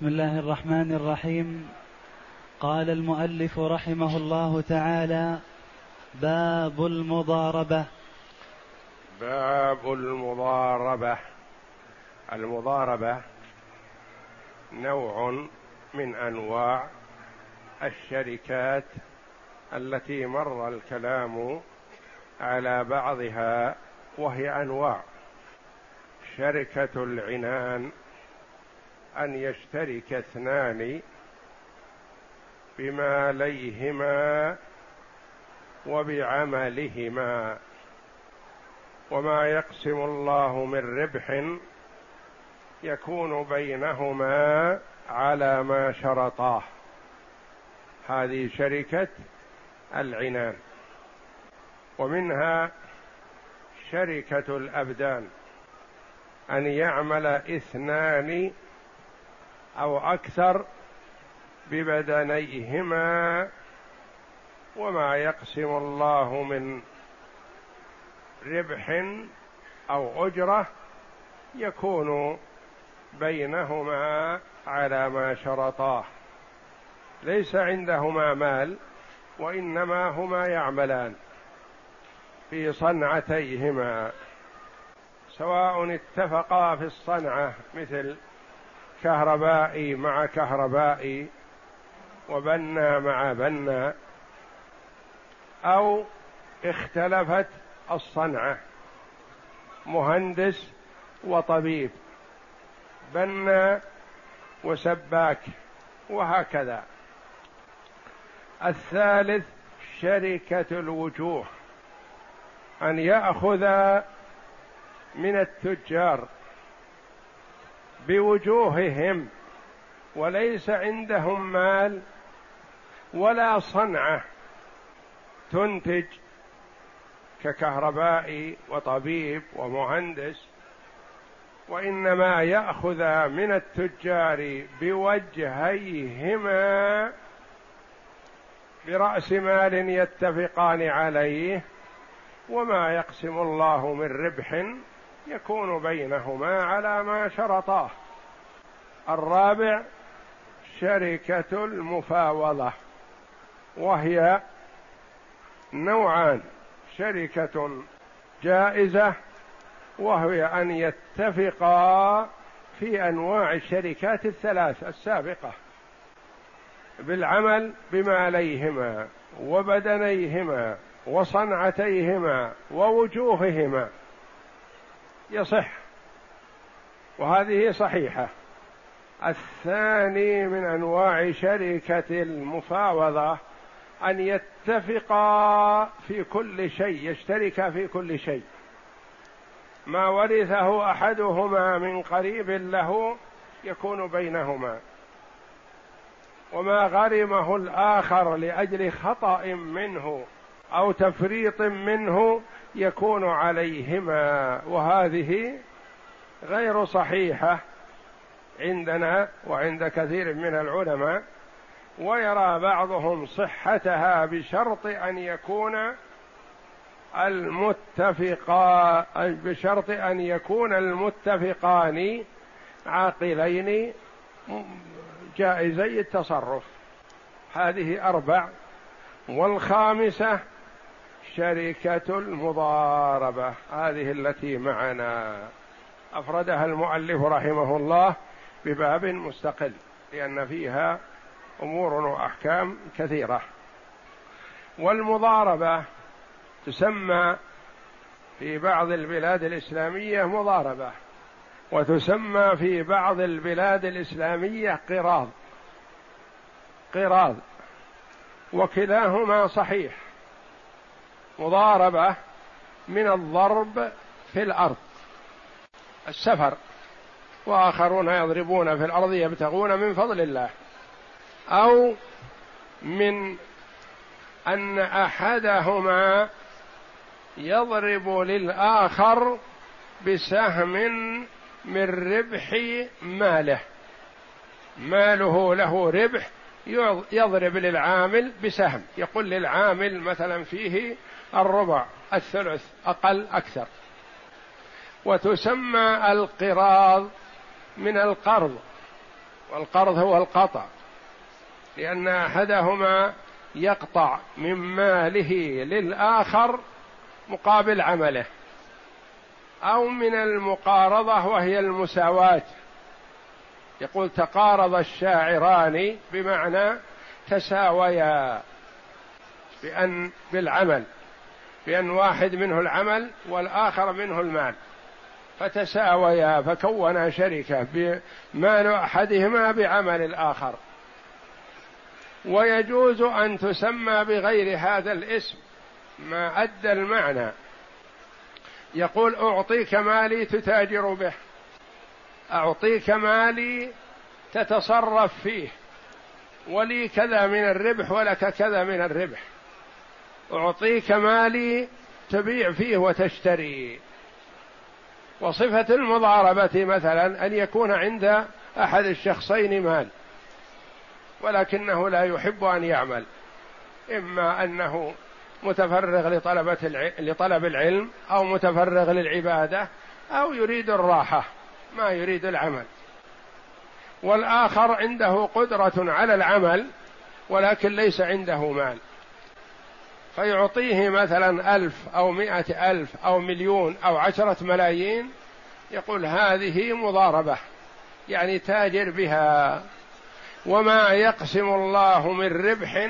بسم الله الرحمن الرحيم. قال المؤلف رحمه الله تعالى: باب المضاربة. باب المضاربة. المضاربة نوع من أنواع الشركات التي مر الكلام على بعضها، وهي أنواع: شركة العنان، أن يشترك اثنان بماليهما وبعملهما، وما يقسم الله من ربح يكون بينهما على ما شرطاه. هذه شركة العنان. ومنها شركة الأبدان، أن يعمل اثنان أو أكثر ببدنيهما، وما يقسم الله من ربح أو أجرة يكون بينهما على ما شرطاه. ليس عندهما مال، وإنما هما يعملان في صنعتيهما، سواء اتفقا في الصنعة، مثل كهربائي مع كهربائي وبنا مع بنا، أو اختلفت الصنعة، مهندس وطبيب، بنا وسباك، وهكذا. الثالث شركة الوجوه، أن يأخذ من التجار بوجوههم وليس عندهم مال ولا صنعة تنتج ككهربائي وطبيب ومهندس، وإنما يأخذ من التجار بوجهيهما برأس مال يتفقان عليه، وما يقسم الله من ربح يكون بينهما على ما شرطاه. الرابع شركة المفاوضة، وهي نوعان: شركة جائزة، وهي أن يتفقا في أنواع الشركات الثلاث السابقة بالعمل بماليهما وبدنيهما وصنعتيهما ووجوههما، يصح، وهذه صحيحة. الثاني من أنواع شركة المفاوضة أن يتفقا في كل شيء، يشتركا في كل شيء، ما ورثه أحدهما من قريب له يكون بينهما، وما غرمه الآخر لأجل خطأ منه أو تفريط منه يكون عليهما، وهذه غير صحيحة عندنا وعند كثير من العلماء، ويرى بعضهم صحتها بشرط أن يكون المتفقان عاقلين جائزي التصرف. هذه أربع. والخامسة شركة المضاربة، هذه التي معنا، أفردها المؤلف رحمه الله بباب مستقل، لأن فيها أمور وأحكام كثيرة. والمضاربة تسمى في بعض البلاد الإسلامية مضاربة، وتسمى في بعض البلاد الإسلامية قراض، وكلاهما صحيح. مضاربة من الضرب في الأرض، السفر، وآخرون يضربون في الأرض يبتغون من فضل الله، أو من أن أحدهما يضرب للآخر بسهم من ربح ماله له ربح، يضرب للعامل بسهم، يقول للعامل مثلا فيه الربع، الثلث، أقل أكثر. وتسمى القراض من القرض، والقرض هو القطع، لأن أحدهما يقطع من ماله للآخر مقابل عمله، أو من المقارضة وهي المساواة. يقول تقارض الشاعران بمعنى تساويا بالعمل، بأن واحد منه العمل والآخر منه المال، فتساويا فكونا شركة بمال أحدهما بعمل الآخر. ويجوز أن تسمى بغير هذا الاسم ما أدى المعنى. يقول أعطيك مالي تتاجر به، أعطيك مالي تتصرف فيه، ولي كذا من الربح ولك كذا من الربح. أعطيك مالي تبيع فيه وتشتري. وصفة المضاربة مثلا أن يكون عند أحد الشخصين مال ولكنه لا يحب أن يعمل، إما أنه متفرغ لطلب العلم أو متفرغ للعبادة أو يريد الراحة ما يريد العمل، والآخر عنده قدرة على العمل ولكن ليس عنده مال، فيعطيه مثلا 1000 أو 100,000 أو 1,000,000 أو 10 ملايين، يقول هذه مضاربة، يعني تاجر بها. وما يقسم الله من ربح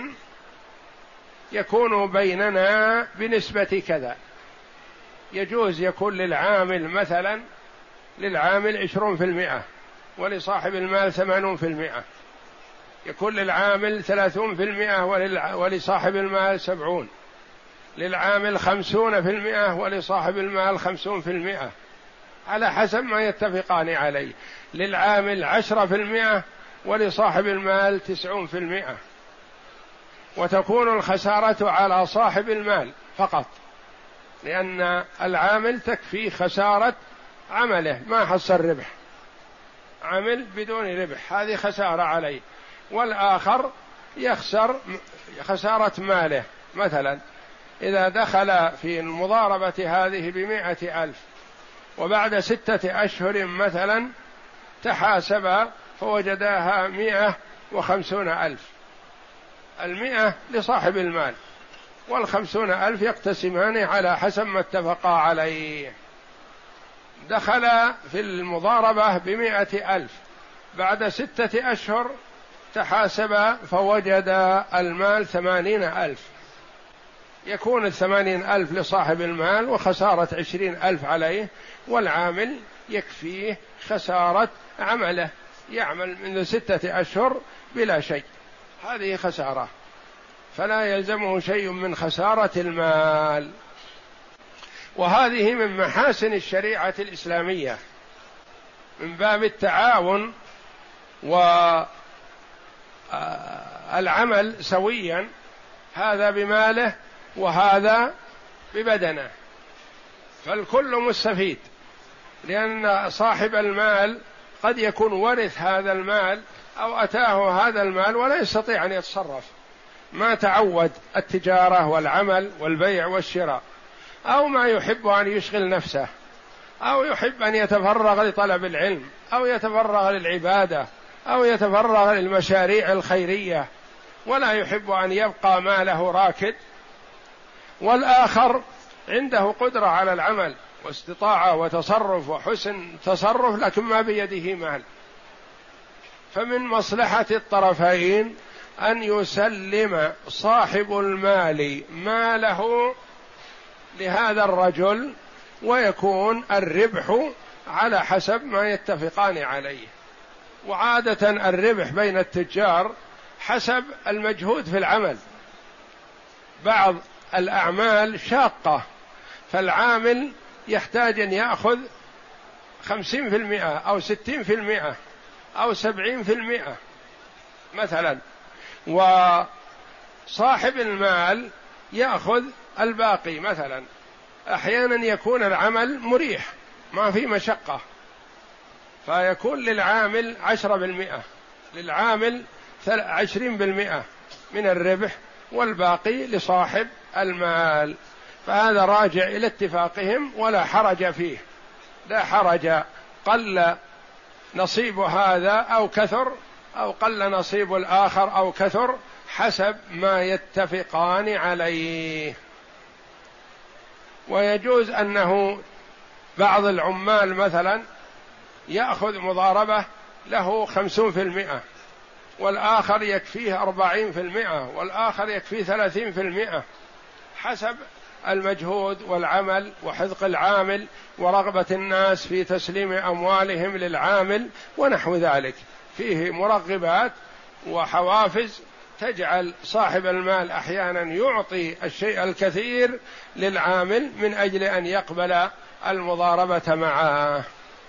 يكون بيننا بنسبة كذا. يجوز يكون للعامل مثلا، للعامل 20% ولصاحب المال 80%، يكون للعامل 30% ولصاحب المال 70، للعامل 50% ولصاحب المال 50%، على حسب ما يتفقان عليه، للعامل 10% ولصاحب المال 90%. وتكون الخسارة على صاحب المال فقط، لأن العامل تكفي خسارة عمله، ما حصل ربح، عمل بدون ربح هذه خسارة عليه. والآخر يخسر خسارة ماله، مثلا إذا دخل في المضاربة هذه ب100,000 وبعد 6 أشهر مثلا تحاسب فوجداها 150,000، 100 لصاحب المال وال50,000 يقتسمان على حسب ما اتفقا عليه. دخل في المضاربة ب100,000، بعد 6 أشهر تحاسب فوجد المال 80,000، يكون 80,000 لصاحب المال وخسارة 20,000 عليه، والعامل يكفيه خسارة عمله، يعمل منذ 6 أشهر بلا شيء، هذه خسارة، فلا يلزمه شيء من خسارة المال. وهذه من محاسن الشريعة الإسلامية من باب التعاون والعمل سويا، هذا بماله وهذا ببدنه، فالكل مستفيد، لأن صاحب المال قد يكون ورث هذا المال أو أتاه هذا المال ولا يستطيع أن يتصرف، ما تعود التجارة والعمل والبيع والشراء، أو ما يحب أن يشغل نفسه، أو يحب أن يتفرغ لطلب العلم، أو يتفرغ للعبادة، أو يتفرغ للمشاريع الخيرية، ولا يحب أن يبقى ماله راكد. والآخر عنده قدرة على العمل واستطاعة وتصرف وحسن تصرف، لكن ما بيده مال، فمن مصلحة الطرفين أن يسلم صاحب المال ماله لهذا الرجل، ويكون الربح على حسب ما يتفقان عليه. وعادة الربح بين التجار حسب المجهود في العمل، بعض الأعمال شاقة فالعامل يحتاج أن يأخذ 50% أو 60% أو 70% مثلا، وصاحب المال يأخذ الباقي. مثلا أحيانا يكون العمل مريح ما في مشقة، فيكون للعامل 10%، للعامل 20% من الربح، والباقي لصاحب المال، فهذا راجع إلى اتفاقهم ولا حرج فيه، لا حرج، قل نصيب هذا أو كثر أو قل نصيب الآخر أو كثر حسب ما يتفقان عليه. ويجوز أنه بعض العمال مثلا يأخذ مضاربة له 50%، والآخر يكفيه 40%، والآخر يكفيه 30%، حسب المجهود والعمل وحذق العامل ورغبة الناس في تسليم أموالهم للعامل ونحو ذلك. فيه مرغبات وحوافز تجعل صاحب المال أحيانا يعطي الشيء الكثير للعامل من أجل أن يقبل المضاربة معه.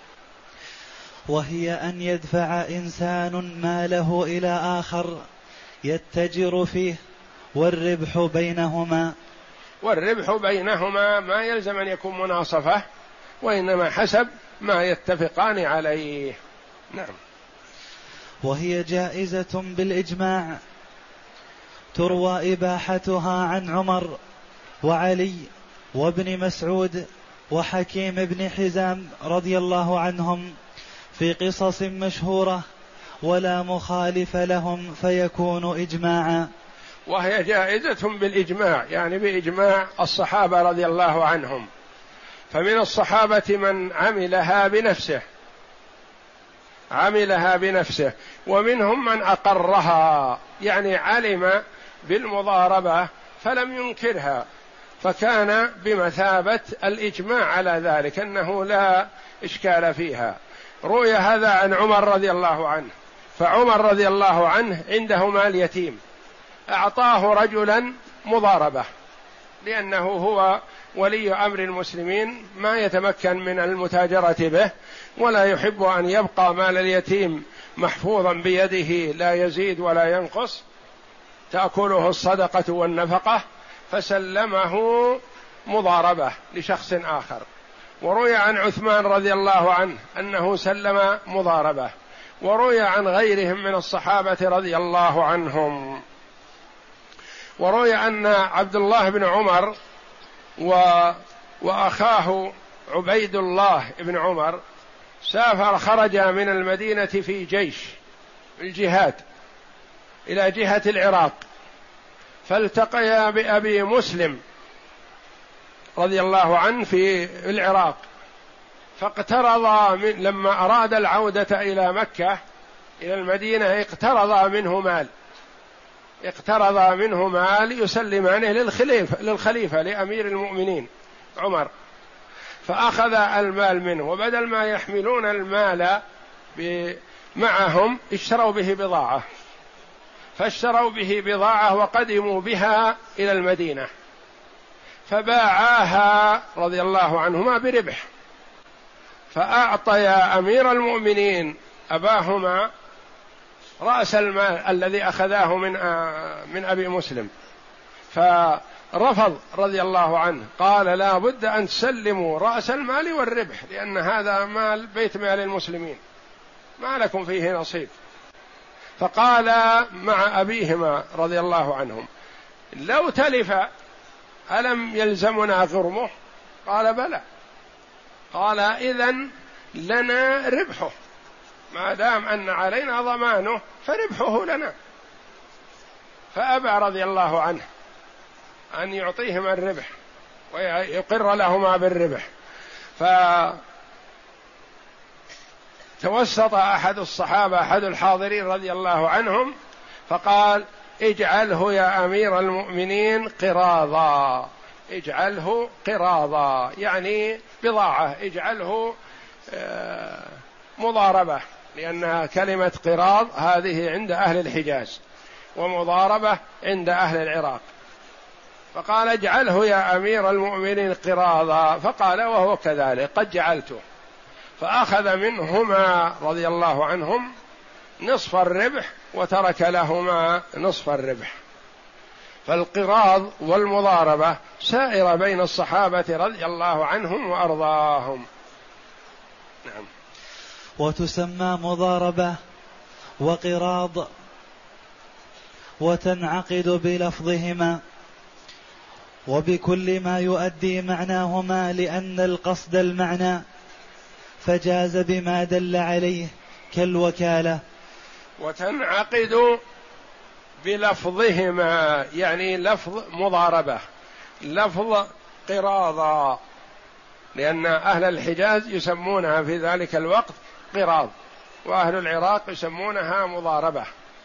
وهي أن يدفع إنسان ماله إلى آخر يتجر فيه والربح بينهما. والربح بينهما ما يلزم أن يكون مناصفة، وإنما حسب ما يتفقان عليه. نعم. وهي جائزة بالإجماع، تروى إباحتها عن عمر وعلي وابن مسعود وحكيم بن حزام رضي الله عنهم في قصص مشهورة ولا مخالف لهم فيكون إجماعا. وهي جائزة بالإجماع، يعني بإجماع الصحابة رضي الله عنهم، فمن الصحابة من عملها بنفسه ومنهم من أقرها، يعني علم بالمضاربة فلم ينكرها، فكان بمثابة الإجماع على ذلك أنه لا إشكال فيها. روي هذا عن عمر رضي الله عنه، فعمر رضي الله عنه عنده مال يتيم، أعطاه رجلا مضاربة لأنه هو ولي أمر المسلمين، ما يتمكن من المتاجرة به ولا يحب أن يبقى مال اليتيم محفوظا بيده لا يزيد ولا ينقص، تأكله الصدقة والنفقة، فسلمه مضاربة لشخص آخر. وروي عن عثمان رضي الله عنه أنه سلم مضاربة، وروي عن غيرهم من الصحابة رضي الله عنهم. وروي أن عبد الله بن عمر وأخاه عبيد الله بن عمر خرج من المدينة في جيش الجهاد إلى جهة العراق، فالتقيا بأبي مسلم رضي الله عنه في العراق، فاقترض لما أراد العودة إلى مكة إلى المدينة اقترض منه مال يسلمانه للخليفة لأمير المؤمنين عمر، فأخذ المال منه، وبدل ما يحملون المال معهم اشتروا به بضاعة وقدموا بها إلى المدينة، فباعاها رضي الله عنهما بربح، فأعطيا أمير المؤمنين أباهما رأس المال الذي أخذاه من أبي مسلم، فرفض رضي الله عنه، قال لا بد أن تسلموا رأس المال والربح، لأن هذا مال بيت مال المسلمين ما لكم فيه نصيب. فقال مع أبيهما رضي الله عنهم لو تلف ألم يلزمنا غرمه؟ قال بلى. قال إذن لنا ربحه، ما دام أن علينا ضمانه فربحه لنا. فأبى رضي الله عنه أن يعطيهما الربح ويقر لهما بالربح، فتوسط أحد الصحابة أحد الحاضرين رضي الله عنهم فقال اجعله يا أمير المؤمنين قراضا، اجعله قراضا يعني بضاعة، اجعله مضاربة، لأنها كلمة قراض هذه عند أهل الحجاز ومضاربة عند أهل العراق. فقال اجعله يا أمير المؤمنين قراضا، فقال وهو كذلك قد جعلته، فأخذ منهما رضي الله عنهم نصف الربح وترك لهما نصف الربح. فالقراض والمضاربة سائرة بين الصحابة رضي الله عنهم وأرضاهم. نعم. وتسمى مضاربة وقراض وتنعقد بلفظهما وبكل ما يؤدي معناهما لأن القصد المعنى، فجاز بما دل عليه كالوكالة وتنعقد بلفظهما، يعني لفظ مضاربة، لفظ قراضا، لأن أهل الحجاز يسمونها في ذلك الوقت قراض، وأهل العراق يسمونها مضاربة،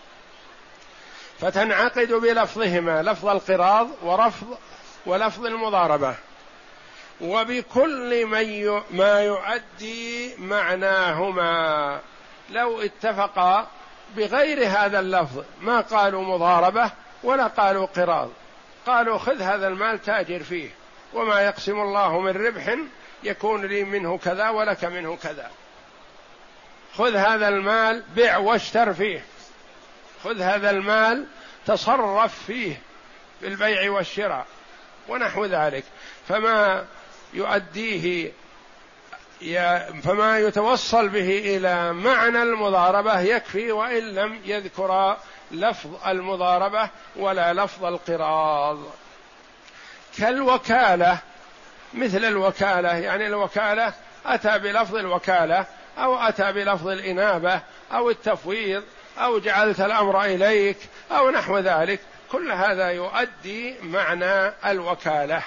فتنعقد بلفظهما، لفظ القراض ولفظ المضاربة، وبكل ما يؤدي معناهما. لو اتفقا بغير هذا اللفظ ما قالوا مضاربة ولا قالوا قراض، قالوا خذ هذا المال تاجر فيه، وما يقسم الله من ربح يكون لي منه كذا ولك منه كذا، خذ هذا المال بيع واشتر فيه، خذ هذا المال تصرف فيه بالبيع والشراء ونحو ذلك، فما يتوصل به إلى معنى المضاربة يكفي، وإن لم يذكر لفظ المضاربة ولا لفظ القراض. كالوكالة، مثل الوكالة، يعني الوكالة أتى بلفظ الوكالة أو أتى بلفظ الإنابة أو التفويض أو جعلت الأمر إليك أو نحو ذلك، كل هذا يؤدي معنى الوكالة.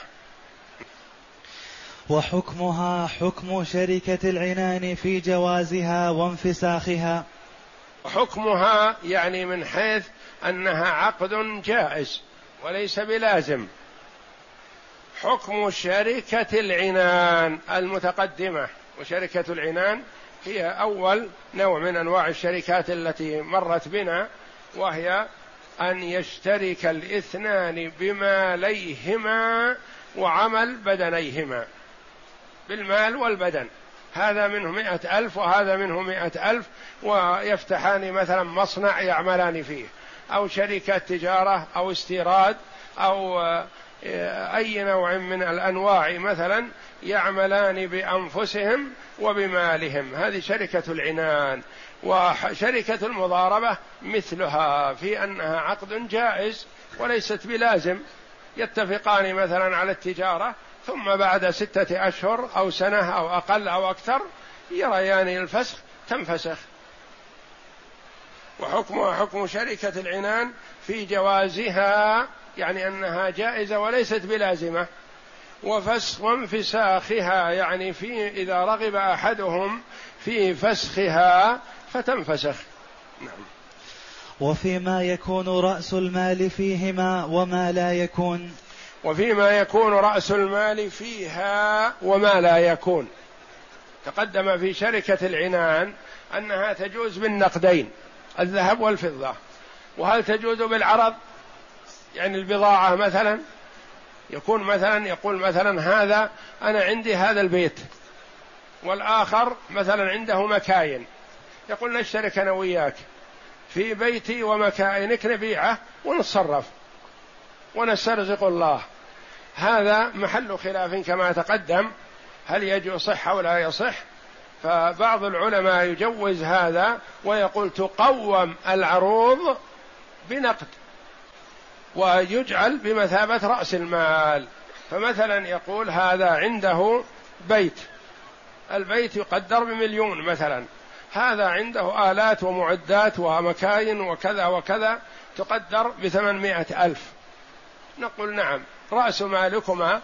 وحكمها حكم شركة العنان في جوازها وانفساخها. حكمها يعني من حيث أنها عقد جائز وليس بلازم. حكم شركة العنان المتقدمة، وشركة العنان هي أول نوع من أنواع الشركات التي مرت بنا، وهي أن يشترك الاثنان بماليهما وعمل بدنيهما، بالمال والبدن، هذا منه 100,000 وهذا منه 100,000، ويفتحان مثلا مصنع يعملان فيه، أو شركة تجارة أو استيراد أو أي نوع من الأنواع مثلا يعملان بأنفسهم وبمالهم، هذه شركة العنان. وشركة المضاربة مثلها في أنها عقد جائز وليست بلازم، يتفقان مثلا على التجارة ثم بعد 6 أشهر أو سنة أو أقل أو أكثر يريان الفسخ تنفسخ. وحكمها حكم شركة العنان في جوازها، يعني أنها جائزة وليست بلازمة، وفسخ وانفساخها، يعني في إذا رغب أحدهم في فسخها فتنفسخ. نعم. وفيما يكون رأس المال فيهما وما لا يكون. وفيما يكون رأس المال فيها وما لا يكون، تقدم في شركة العنان أنها تجوز بالنقدين، الذهب والفضة. وهل تجوز بالعرض؟ يعني البضاعة مثلا يكون مثلا يقول مثلا هذا أنا عندي هذا البيت، والآخر مثلا عنده مكاين، يقول نشترك أنا وياك في بيتي ومكائنك نبيعه ونتصرف ونسترزق الله. هذا محل خلاف كما تقدم، هل يصح أو لا يصح؟ فبعض العلماء يجوز هذا ويقول تقوم العروض بنقد ويجعل بمثابة رأس المال. فمثلا يقول هذا عنده بيت، البيت يقدر ب1,000,000 مثلا، هذا عنده آلات ومعدات ومكاين وكذا وكذا تقدر ب800,000، نقول نعم رأس مالكما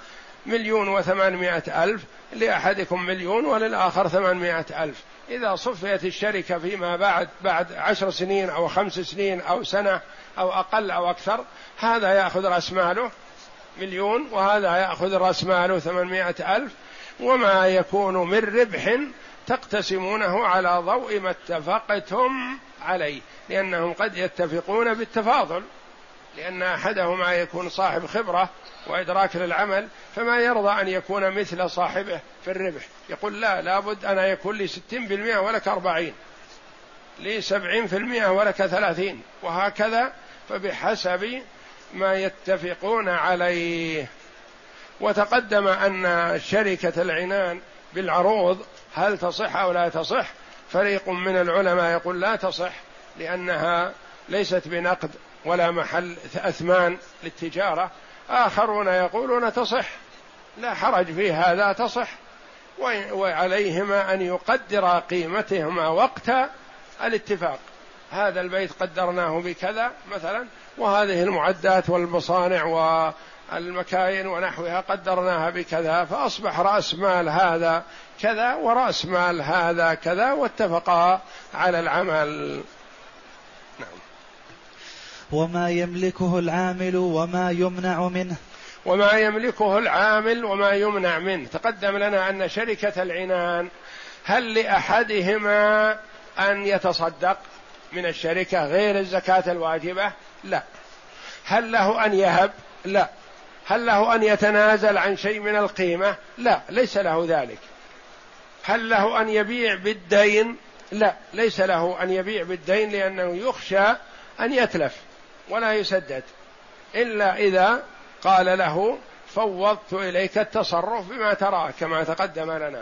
1,800,000، لأحدكم 1,000,000 وللآخر 800,000. إذا صفيت الشركة فيما بعد 10 سنين أو 5 سنين أو سنة أو أقل أو أكثر، هذا يأخذ رأس ماله 1,000,000 وهذا يأخذ رأس ماله 800,000، وما يكون من ربح تقتسمونه على ضوء ما اتفقتم عليه، لأنهم قد يتفقون بالتفاضل، لأن أحدهما يكون صاحب خبرة وإدراك للعمل فما يرضى أن يكون مثل صاحبه في الربح، يقول لا، لابد أنا يكون لي 60% ولك 40، لي 70% ولك 30، وهكذا، فبحسب ما يتفقون عليه. وتقدم أن شركة العنان بالعروض هل تصح أو لا تصح؟ فريق من العلماء يقول لا تصح، لأنها ليست بنقد ولا محل أثمان للتجارة. آخرون يقولون تصح، لا حرج في هذا، تصح، وعليهما أن يقدر قيمتهما وقت الاتفاق، هذا البيت قدرناه بكذا مثلا، وهذه المعدات والمصانع والمكاين ونحوها قدرناها بكذا، فأصبح رأس مال هذا كذا ورأس مال هذا كذا، واتفقا على العمل. نعم. وما يملكه العامل وما يمنع منه. وما يملكه العامل وما يمنع منه. تقدم لنا أن شركة العنان هل لأحدهما أن يتصدق من الشركة غير الزكاة الواجبة؟ لا. هل له أن يهب؟ لا. هل له أن يتنازل عن شيء من القيمة؟ لا، ليس له ذلك. هل له أن يبيع بالدين؟ لا، ليس له أن يبيع بالدين، لأنه يخشى أن يتلف ولا يسدد، إلا إذا قال له فوضت إليك التصرف بما ترى كما تقدم لنا.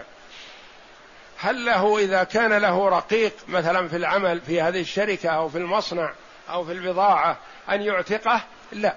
هل له إذا كان له رقيق مثلا في العمل في هذه الشركة أو في المصنع أو في البضاعة أن يعتقه؟ لا،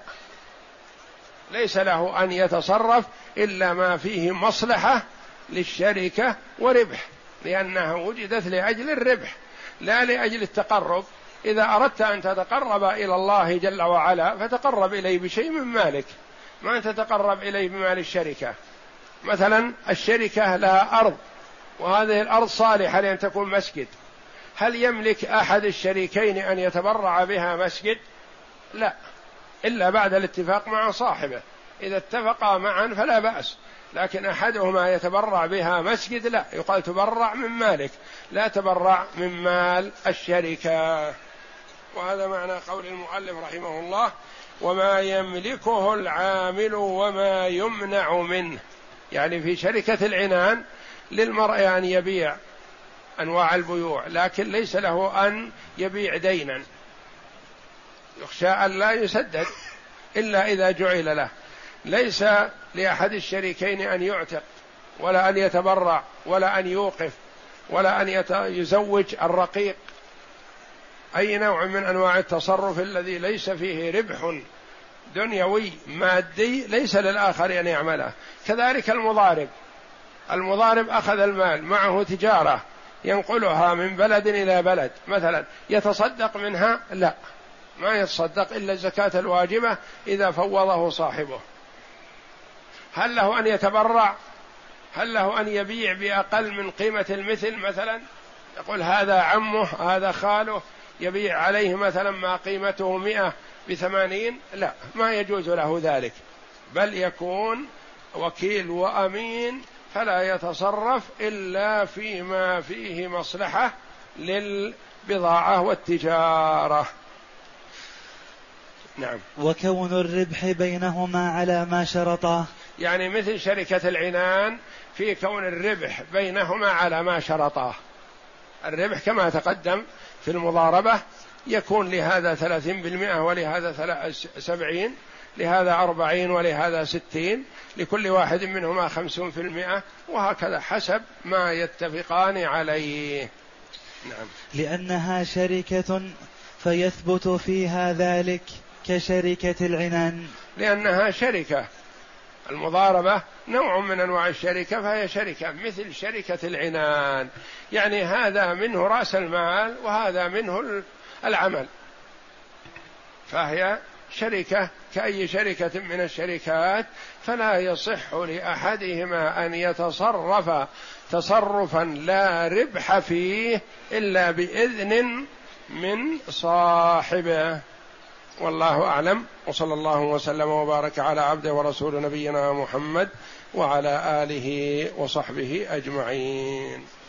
ليس له أن يتصرف إلا ما فيه مصلحة للشركة وربح، لأنها وجدت لأجل الربح لا لأجل التقرب. إذا أردت أن تتقرب إلى الله جل وعلا فتقرب إليه بشيء من مالك، ما تتقرب إليه بمال الشركة. مثلا الشركة لها أرض، وهذه الأرض صالحة لأن تكون مسجد، هل يملك أحد الشريكين أن يتبرع بها مسجد؟ لا، إلا بعد الاتفاق مع صاحبه. إذا اتفقا معا فلا بأس، لكن أحدهما يتبرع بها مسجد لا، يقال تبرع من مالك، لا تبرع من مال الشركة. وهذا معنى قول المؤلف رحمه الله: وما يملكه العامل وما يمنع منه. يعني في شركة العنان للمرء أن يبيع أنواع البيوع، لكن ليس له أن يبيع دينا، يخشى أن لا يسدد إلا إذا جعل له. ليس لأحد الشريكين أن يعتق ولا أن يتبرع ولا أن يوقف ولا أن يزوج الرقيق، أي نوع من أنواع التصرف الذي ليس فيه ربح دنيوي مادي ليس للآخر أن يعمله. كذلك المضارب أخذ المال معه تجارة ينقلها من بلد إلى بلد مثلا، يتصدق منها؟ لا، ما يتصدق إلا الزكاة الواجبة إذا فوضه صاحبه. هل له أن يتبرع؟ هل له أن يبيع بأقل من قيمة المثل مثلا؟ يقول هذا عمه هذا خاله يبيع عليه مثلا ما قيمته 100 ب80؟ لا، ما يجوز له ذلك، بل يكون وكيل وأمين فلا يتصرف إلا فيما فيه مصلحة للبضاعة والتجارة. نعم. وكون الربح بينهما على ما شرطاه، يعني مثل شركة العنان في كون الربح بينهما على ما شرطاه. الربح كما تقدم في المضاربة يكون لهذا 30% ولهذا 70، لهذا 40 ولهذا 60، لكل واحد منهما 50%، وهكذا حسب ما يتفقان عليه. نعم. لأنها شركة فيثبت فيها ذلك كشركة العنان. لأنها شركة، المضاربة نوع من أنواع الشركة، فهي شركة مثل شركة العنان، يعني هذا منه رأس المال وهذا منه العمل، فهي شركة كأي شركة من الشركات، فلا يصح لأحدهما أن يتصرف تصرفا لا ربح فيه إلا بإذن من صاحبه. والله أعلم، وصلى الله وسلم وبارك على عبده ورسول نبينا محمد وعلى آله وصحبه أجمعين.